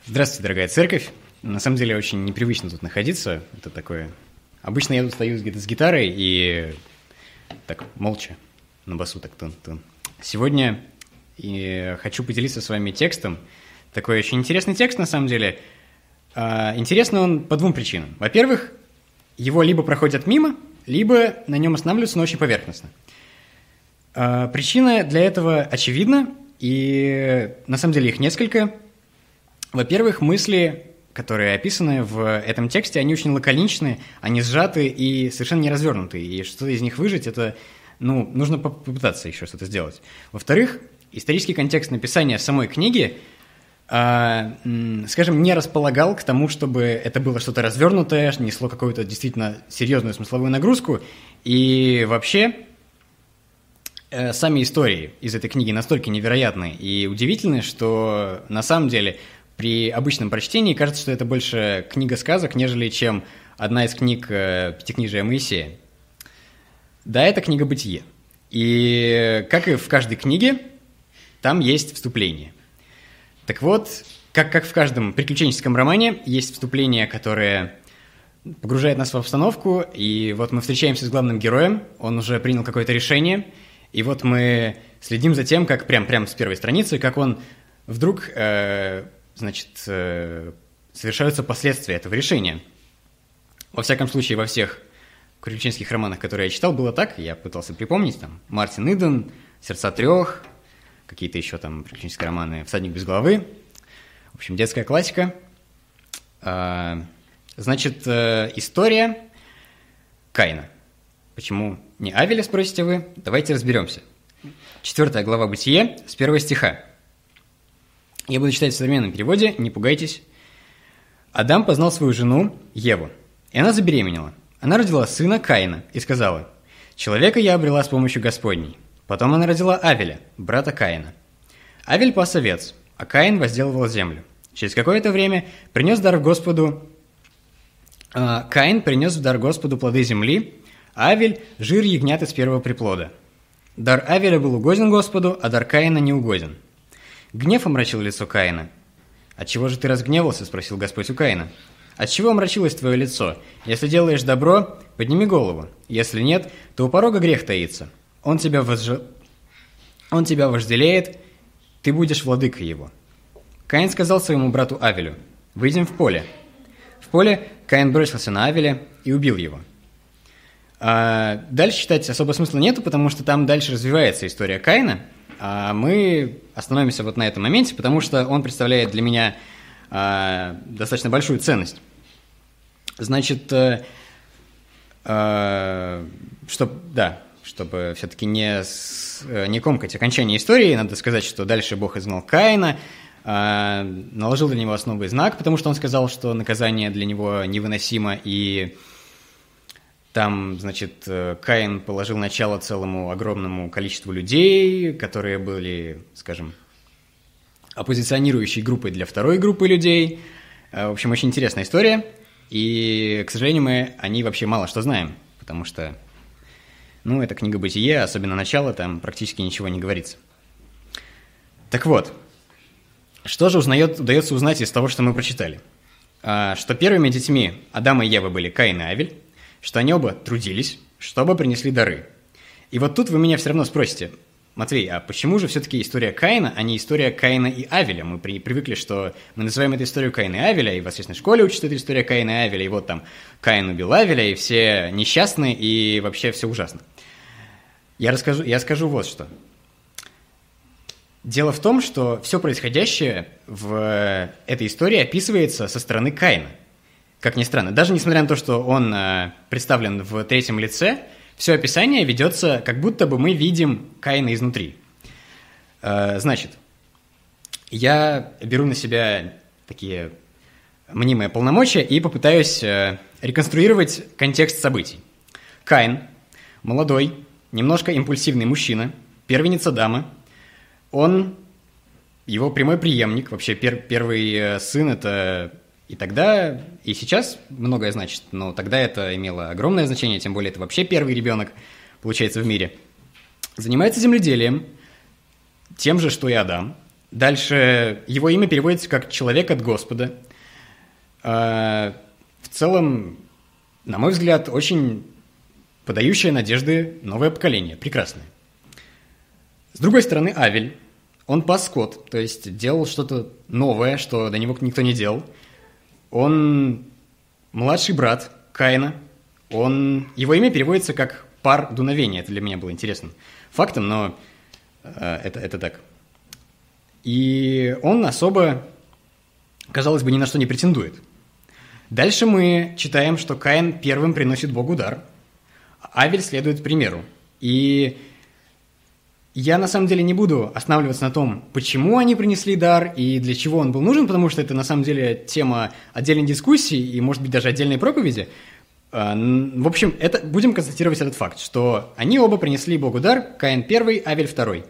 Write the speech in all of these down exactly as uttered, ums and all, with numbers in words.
Здравствуйте, дорогая церковь. На самом деле очень непривычно тут находиться. Это такое... Обычно я тут стою с гитарой и так молча на басу так тун-тун. Сегодня и хочу поделиться с вами текстом. Такой очень интересный текст на самом деле. Интересный он по двум причинам. Во-первых, его либо проходят мимо, либо на нем останавливаются, но очень поверхностно. Причина для этого очевидна, и на самом деле их несколько. Во-первых, мысли, которые описаны в этом тексте, они очень лаконичны, они сжаты и совершенно не развернуты. И что-то из них выжать, это, ну, нужно попытаться еще что-то сделать. Во-вторых, исторический контекст написания самой книги, э, скажем, не располагал к тому, чтобы это было что-то развернутое, несло какую-то действительно серьезную смысловую нагрузку. И вообще, э, сами истории из этой книги настолько невероятны и удивительны, что на самом деле... При обычном прочтении кажется, что это больше книга сказок, нежели чем одна из книг Пятикнижия Моисея. Да, это книга «Бытие». И, как и в каждой книге, там есть вступление. Так вот, как, как в каждом приключенческом романе, есть вступление, которое погружает нас в обстановку, и вот мы встречаемся с главным героем, он уже принял какое-то решение, и вот мы следим за тем, как прям, прям с первой страницы, как он вдруг... Э, значит, совершаются последствия этого решения. Во всяком случае, во всех приключенческих романах, которые я читал, было так. Я пытался припомнить, там, Мартин Иден, «Сердца трех», какие-то еще там приключенческие романы «Всадник без головы». В общем, детская классика. Значит, история Каина. Почему не Авеля, спросите вы? Давайте разберемся. Четвертая глава «Бытие» с первого стиха. Я буду читать в современном переводе, не пугайтесь. Адам познал свою жену Еву, и она забеременела. Она родила сына Каина и сказала: «Человека я обрела с помощью Господней». Потом она родила Авеля, брата Каина. Авель пас овец, а Каин возделывал землю. Через какое-то время принес дар Господу... Э, Каин принес в дар Господу плоды земли, а Авель – жир ягнят из первого приплода. Дар Авеля был угоден Господу, а дар Каина не угоден. Гнев омрачил лицо Каина. «Отчего же ты разгневался?» – спросил Господь у Каина. «Отчего омрачилось твое лицо? Если делаешь добро, подними голову. Если нет, то у порога грех таится. Он тебя, возж... Он тебя вожделеет, ты будешь владыкой его». Каин сказал своему брату Авелю: «Выйдем в поле». В поле Каин бросился на Авеля и убил его. А дальше читать особо смысла нету, потому что там дальше развивается история Каина. А мы остановимся вот на этом моменте, потому что он представляет для меня а, достаточно большую ценность. Значит, а, а, чтоб, да, чтобы все-таки не, с, не комкать окончание истории, надо сказать, что дальше Бог изгнал Каина, а, наложил для него основной знак, потому что он сказал, что наказание для него невыносимо, и... Там, значит, Каин положил начало целому огромному количеству людей, которые были, скажем, оппозиционирующей группой для второй группы людей. В общем, очень интересная история. И, к сожалению, мы о ней вообще мало что знаем, потому что, ну, это книга «Бытие», особенно начало, там практически ничего не говорится. Так вот, что же узнает, удается узнать из того, что мы прочитали? Что первыми детьми Адама и Евы были Каин и Авель, что они оба трудились, что оба принесли дары. И вот тут вы меня все равно спросите: Матвей, а почему же все-таки история Каина, а не история Каина и Авеля? Мы при, привыкли, что мы называем эту историю Каина и Авеля, и в воскресной школе учат эту историю Каина и Авеля, и вот там Каин убил Авеля, и все несчастны, и вообще все ужасно. Я расскажу, я скажу вот что. Дело в том, что все происходящее в этой истории описывается со стороны Каина. Как ни странно, даже несмотря на то, что он э, представлен в третьем лице, все описание ведется, как будто бы мы видим Каина изнутри. Э, значит, я беру на себя такие мнимые полномочия и попытаюсь э, реконструировать контекст событий. Каин, молодой, немножко импульсивный мужчина, первенец Адама, он, его прямой преемник, вообще пер, первый э, сын – это... И тогда, и сейчас многое значит, но тогда это имело огромное значение, тем более это вообще первый ребенок, получается, в мире. Занимается земледелием, тем же, что и Адам, Дальше его имя переводится как «человек от Господа». В целом, на мой взгляд, очень подающее надежды новое поколение. Прекрасное. С другой стороны, Авель. Он пас скот, то есть делал что-то новое, что до него никто не делал. Он младший брат Каина. Он... Его имя переводится как «пар дуновения». Это для меня было интересным фактом, но э, это, это так. И он особо, казалось бы, ни на что не претендует. Дальше мы читаем, что Каин первым приносит Богу дар, а Авель следует примеру. И я на самом деле не буду останавливаться на том, почему они принесли дар и для чего он был нужен, потому что это на самом деле тема отдельной дискуссии и, может быть, даже отдельной проповеди. В общем, это, будем констатировать этот факт, что они оба принесли Богу дар, Каин первый, Авель второй.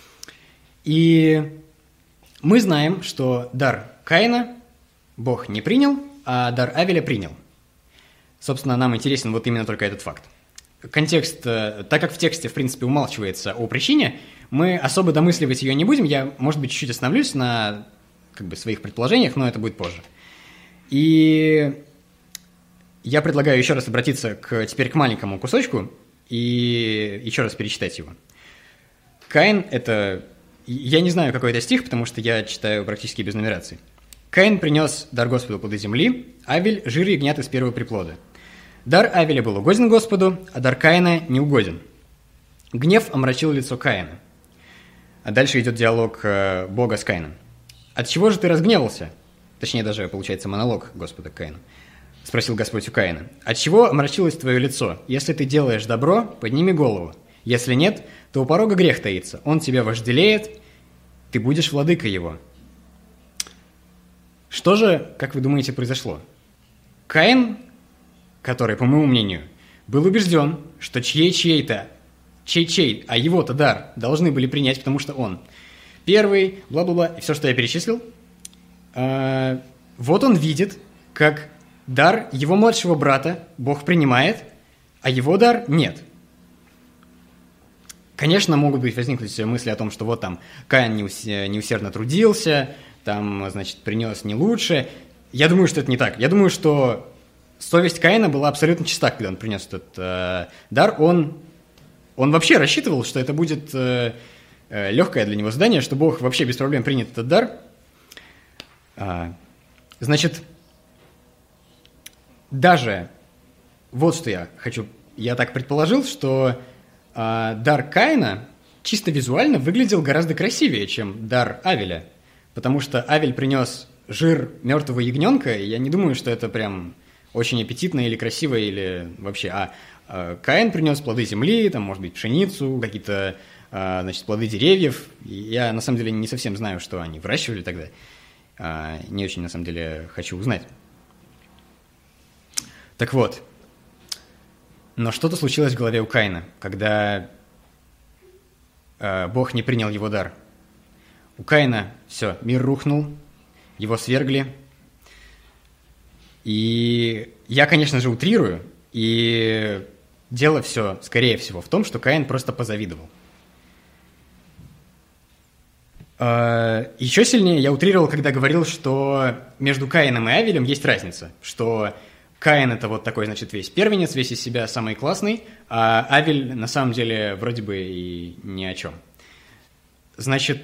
И мы знаем, что дар Каина Бог не принял, а дар Авеля принял. Собственно, нам интересен вот именно только этот факт. Контекст, так как в тексте, в принципе, умалчивается о причине, мы особо домысливать ее не будем. Я, может быть, чуть-чуть остановлюсь на как бы, своих предположениях, но это будет позже. И я предлагаю еще раз обратиться к, теперь к маленькому кусочку и еще раз перечитать его. Каин – это... Я не знаю, какой это стих, потому что я читаю практически без нумерации. Каин принес дар Господу плоды земли, Авель – жир ягнят из первого приплода. Дар Авеля был угоден Господу, а дар Каина не угоден. Гнев омрачил лицо Каина. А дальше идет диалог Бога с Каином. «От чего же ты разгневался?» Точнее, даже получается монолог Господа к Каину. Спросил Господь у Каина. «От чего омрачилось твое лицо? Если ты делаешь добро, подними голову. Если нет, то у порога грех таится. Он тебя вожделеет, ты будешь владыкой его». Что же, как вы думаете, произошло? Каин, который, по моему мнению, был убежден, что чьей-чьей-то, чей-чей, а его-то дар должны были принять, потому что он первый, бла-бла-бла, и все, что я перечислил. А, вот он видит, как дар его младшего брата Бог принимает, а его дар нет. Конечно, могут быть возникнуть мысли о том, что вот там Каин неусердно трудился, там, значит, принес не лучше. Я думаю, что это не так. Я думаю, что совесть Каина была абсолютно чиста, когда он принес этот э, дар. Он, он вообще рассчитывал, что это будет э, э, легкое для него задание, что Бог вообще без проблем принят этот дар. А, значит, даже вот что я хочу... Я так предположил, что э, дар Каина чисто визуально выглядел гораздо красивее, чем дар Авеля. Потому что Авель принес жир мертвого ягненка, и я не думаю, что это прям... очень аппетитно или красиво, или вообще... А, а Каин принес плоды земли, там, может быть, пшеницу, какие-то, а, значит, плоды деревьев. И я, на самом деле, не совсем знаю, что они выращивали тогда. А, не очень, на самом деле, хочу узнать. Так вот. Но что-то случилось в голове у Каина, когда а, Бог не принял его дар. У Каина все, мир рухнул, его свергли. И я, конечно же, утрирую, и дело все, скорее всего, в том, что Каин просто позавидовал. Еще сильнее я утрировал, когда говорил, что между Каином и Авелем есть разница, что Каин – это вот такой, значит, весь первенец, весь из себя самый классный, а Авель на самом деле вроде бы и ни о чем. Значит,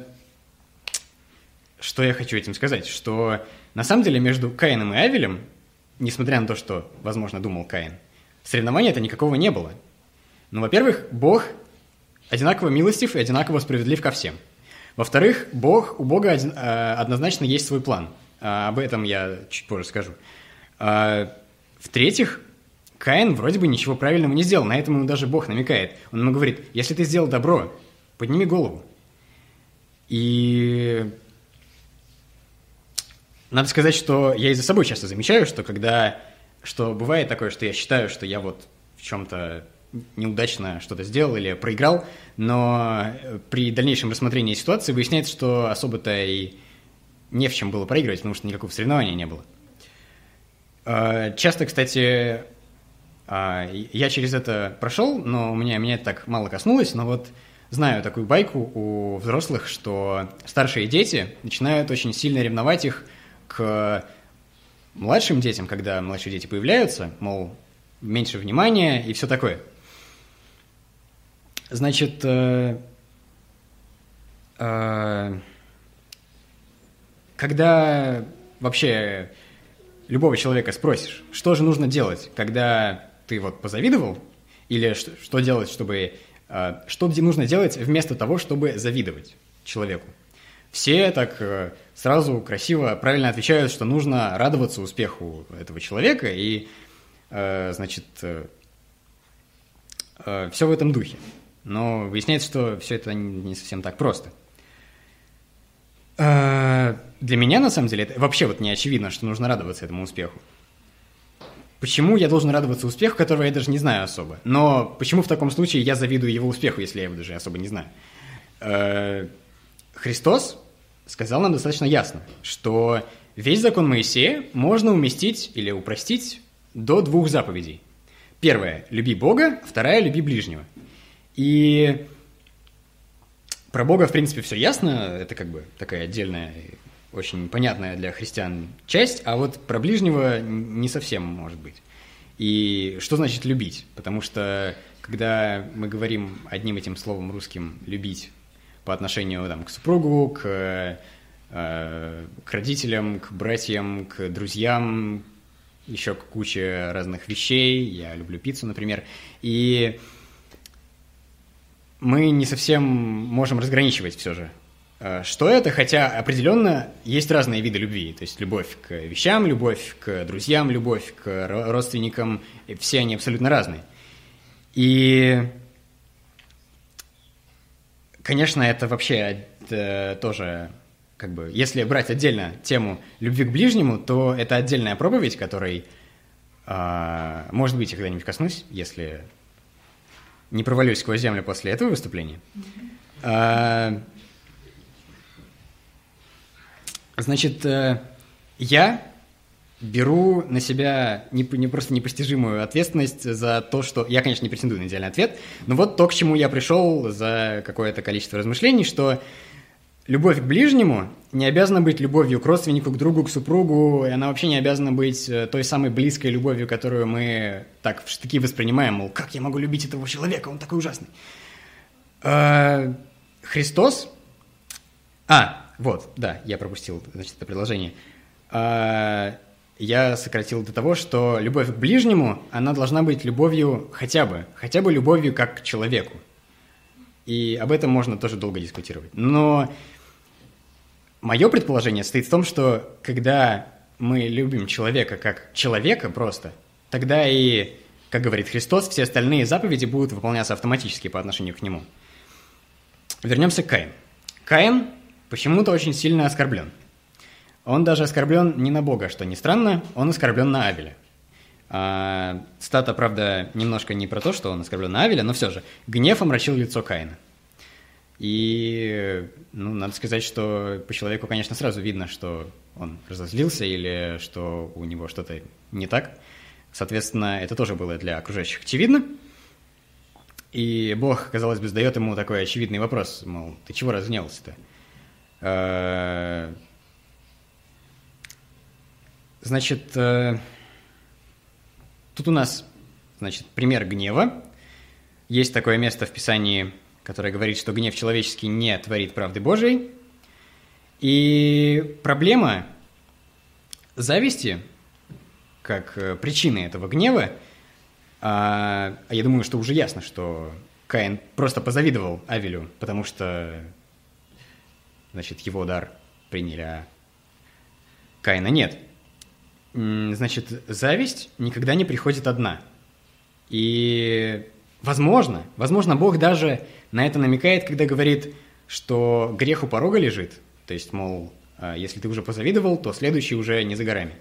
что я хочу этим сказать? Что на самом деле между Каином и Авелем, несмотря на то, что, возможно, думал Каин, соревнования-то никакого не было. Ну, во-первых, Бог одинаково милостив и одинаково справедлив ко всем. Во-вторых, Бог, у Бога один, э, однозначно есть свой план. Э, об этом я чуть позже скажу. Э, в-третьих, Каин вроде бы ничего правильного не сделал. На этом ему даже Бог намекает. Он ему говорит: если ты сделал добро, подними голову. И надо сказать, что я и за собой часто замечаю, что когда, что бывает такое, что я считаю, что я вот в чем-то неудачно что-то сделал или проиграл, но при дальнейшем рассмотрении ситуации выясняется, что особо-то и не в чем было проигрывать, потому что никакого соревнования не было. Часто, кстати, я через это прошел, но у меня, меня это так мало коснулось, но вот знаю такую байку у взрослых, что старшие дети начинают очень сильно ревновать их к младшим детям, когда младшие дети появляются, мол, меньше внимания и все такое. Значит, э, э, когда вообще любого человека спросишь, что же нужно делать, когда ты вот позавидовал, или что, что делать, чтобы... Э, что нужно делать вместо того, чтобы завидовать человеку? Все так э, сразу красиво, правильно отвечают, что нужно радоваться успеху этого человека, и, э, значит, э, э, все в этом духе. Но выясняется, что все это не совсем так просто. Э, для меня, на самом деле, это вообще вот не очевидно, что нужно радоваться этому успеху. Почему я должен радоваться успеху, которого я даже не знаю особо? Но почему в таком случае я завидую его успеху, если я его даже особо не знаю? Э, Христос сказал нам достаточно ясно, что весь закон Моисея можно уместить или упростить до двух заповедей. Первая – люби Бога, вторая – люби ближнего. И про Бога, в принципе, все ясно, это как бы такая отдельная, очень понятная для христиан часть, а вот про ближнего не совсем может быть. И что значит любить? Потому что когда мы говорим одним этим словом русским «любить» по отношению там, к супругу, к, э, к родителям, к братьям, к друзьям, еще к куче разных вещей, я люблю пиццу, например, и мы не совсем можем разграничивать все же, что это, хотя определенно есть разные виды любви, то есть любовь к вещам, любовь к друзьям, любовь к родственникам, и все они абсолютно разные. И, конечно, это вообще это тоже, как бы, если брать отдельно тему любви к ближнему, то это отдельная проповедь, которой, может быть, я когда-нибудь коснусь, если не провалюсь сквозь землю после этого выступления. Mm-hmm. Значит, я беру на себя не, не просто непостижимую ответственность за то, что... Я, конечно, не претендую на идеальный ответ, но вот то, к чему я пришел за какое-то количество размышлений, что любовь к ближнему не обязана быть любовью к родственнику, к другу, к супругу, и она вообще не обязана быть той самой близкой любовью, которую мы так в штыки воспринимаем, мол, как я могу любить этого человека, он такой ужасный. Христос... А, вот, да, я пропустил, значит, это предложение. Я сократил до того, что любовь к ближнему, она должна быть любовью хотя бы, хотя бы любовью как к человеку. И об этом можно тоже долго дискутировать. Но мое предположение состоит в том, что когда мы любим человека как человека просто, тогда и, как говорит Христос, все остальные заповеди будут выполняться автоматически по отношению к нему. Вернемся к Каину. Каин почему-то очень сильно оскорблен. Он даже оскорблен не на Бога, что ни странно, он оскорблен на Авеля. А, цитата, правда, немножко не про то, что он оскорблен на Авеля, но все же. Гнев омрачил лицо Каина. И, ну, надо сказать, что по человеку, конечно, сразу видно, что он разозлился или что у него что-то не так. Соответственно, это тоже было для окружающих очевидно. И Бог, казалось бы, задает ему такой очевидный вопрос, мол, ты чего разгневался-то? Значит, тут у нас, значит, пример гнева. Есть такое место в Писании, которое говорит, что гнев человеческий не творит правды Божией. И проблема зависти, как причины этого гнева, а я думаю, что уже ясно, что Каин просто позавидовал Авелю, потому что, значит, его дар приняли, а Каина нет. Значит, зависть никогда не приходит одна. И, возможно, возможно, Бог даже на это намекает, когда говорит, что грех у порога лежит. То есть, мол, если ты уже позавидовал, то следующий уже не за горами.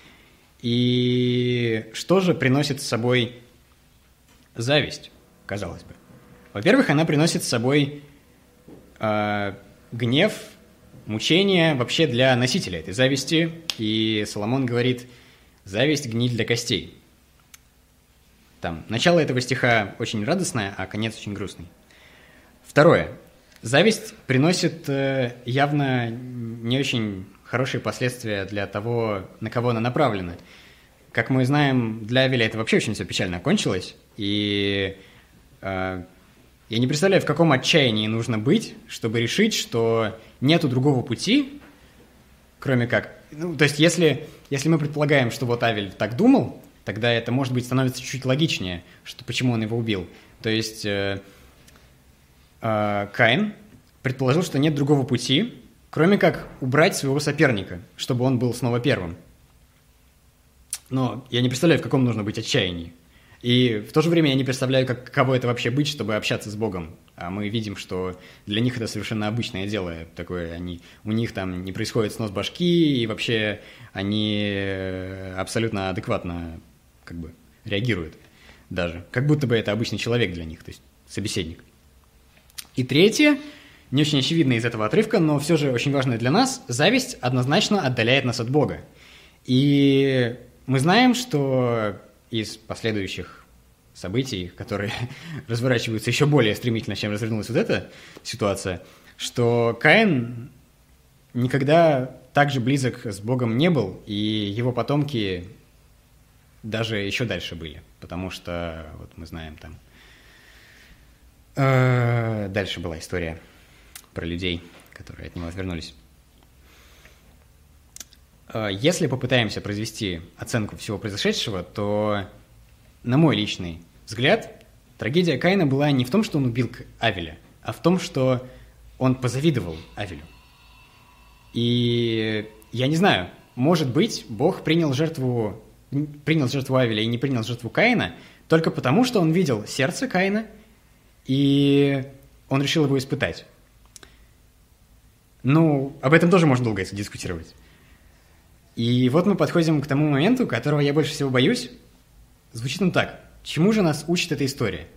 И что же приносит с собой зависть, казалось бы? Во-первых, она приносит с собой э, гнев, мучение вообще для носителя этой зависти. И Соломон говорит, зависть – гниль для костей. Там, начало этого стиха очень радостное, а конец очень грустный. Второе. Зависть приносит явно не очень хорошие последствия для того, на кого она направлена. Как мы знаем, для Авеля это вообще очень все печально кончилось, и э, я не представляю, в каком отчаянии нужно быть, чтобы решить, что нету другого пути, кроме как... Ну, то есть если, если мы предполагаем, что вот Авель так думал, тогда это, может быть, становится чуть логичнее, что, почему он его убил. То есть э, э, Каин предположил, что нет другого пути, кроме как убрать своего соперника, чтобы он был снова первым. Но я не представляю, в каком нужно быть отчаянии. И в то же время я не представляю, как, каково это вообще быть, чтобы общаться с Богом. А мы видим, что для них это совершенно обычное дело. Такое, они, у них там не происходит снос башки, и вообще они абсолютно адекватно как бы реагируют даже. Как будто бы это обычный человек для них, то есть собеседник. И третье, не очень очевидно из этого отрывка, но все же очень важное для нас, зависть однозначно отдаляет нас от Бога. И мы знаем, что из последующих событий, которые разворачиваются еще более стремительно, чем развернулась вот эта ситуация, что Каин никогда так же близок с Богом не был, и его потомки даже еще дальше были, потому что, вот мы знаем там, э, дальше была история про людей, которые от него отвернулись. Если попытаемся произвести оценку всего произошедшего, то, на мой личный взгляд, трагедия Каина была не в том, что он убил Авеля, а в том, что он позавидовал Авелю. И я не знаю, может быть, Бог принял жертву, принял жертву Авеля и не принял жертву Каина только потому, что он видел сердце Каина, и он решил его испытать. Ну, об этом тоже можно долго дискутировать. И вот мы подходим к тому моменту, которого я больше всего боюсь. Звучит он так. Чему же нас учит эта история?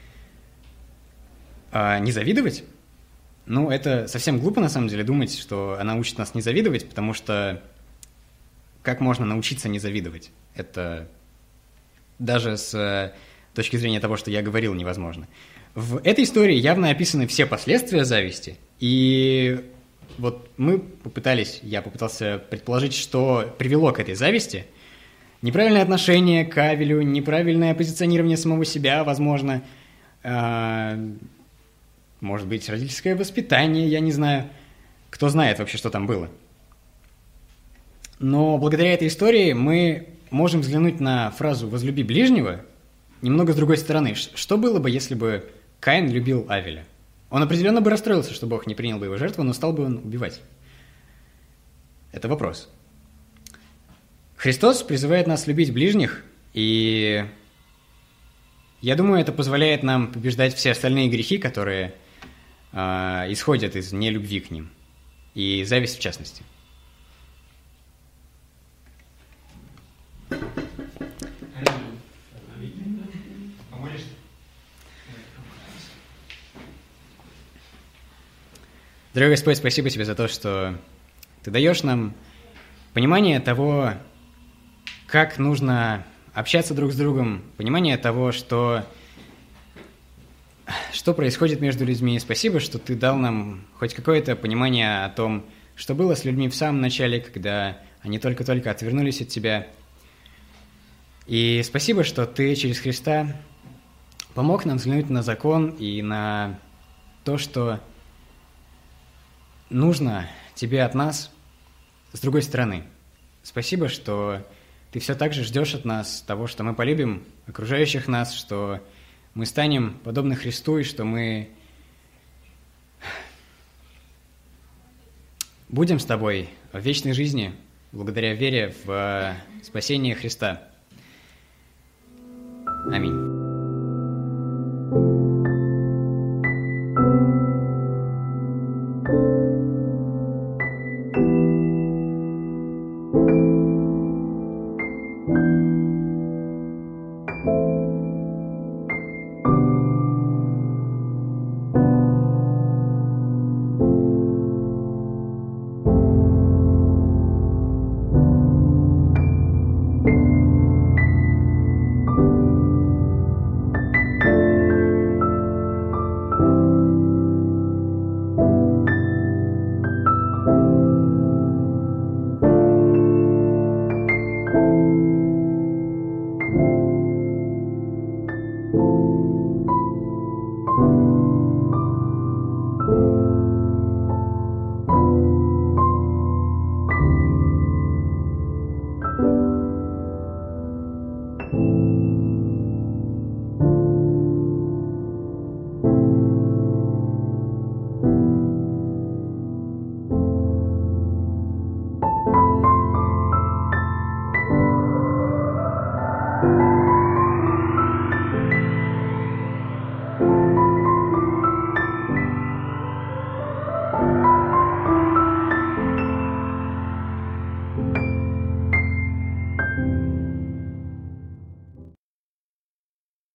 А, не завидовать? Ну, это совсем глупо, на самом деле, думать, что она учит нас не завидовать, потому что как можно научиться не завидовать? Это даже с точки зрения того, что я говорил, невозможно. В этой истории явно описаны все последствия зависти, и... Вот мы попытались, я попытался предположить, что привело к этой зависти. Неправильное отношение к Авелю, неправильное позиционирование самого себя, возможно, э, может быть, родительское воспитание, я не знаю. Кто знает вообще, что там было. Но благодаря этой истории мы можем взглянуть на фразу «возлюби ближнего» немного с другой стороны. Что было бы, если бы Каин любил Авеля? Он определенно бы расстроился, что Бог не принял бы его жертву, но стал бы он убивать. Это вопрос. Христос призывает нас любить ближних, и я думаю, это позволяет нам побеждать все остальные грехи, которые э, исходят из нелюбви к ним, и зависть в частности. Дорогой Господь, спасибо Тебе за то, что Ты даешь нам понимание того, как нужно общаться друг с другом, понимание того, что, что происходит между людьми. Спасибо, что Ты дал нам хоть какое-то понимание о том, что было с людьми в самом начале, когда они только-только отвернулись от Тебя. И спасибо, что Ты через Христа помог нам взглянуть на закон и на то, что нужно Тебе от нас с другой стороны. Спасибо, что Ты все так же ждешь от нас того, что мы полюбим окружающих нас, что мы станем подобны Христу, и что мы будем с Тобой в вечной жизни благодаря вере в спасение Христа. Аминь.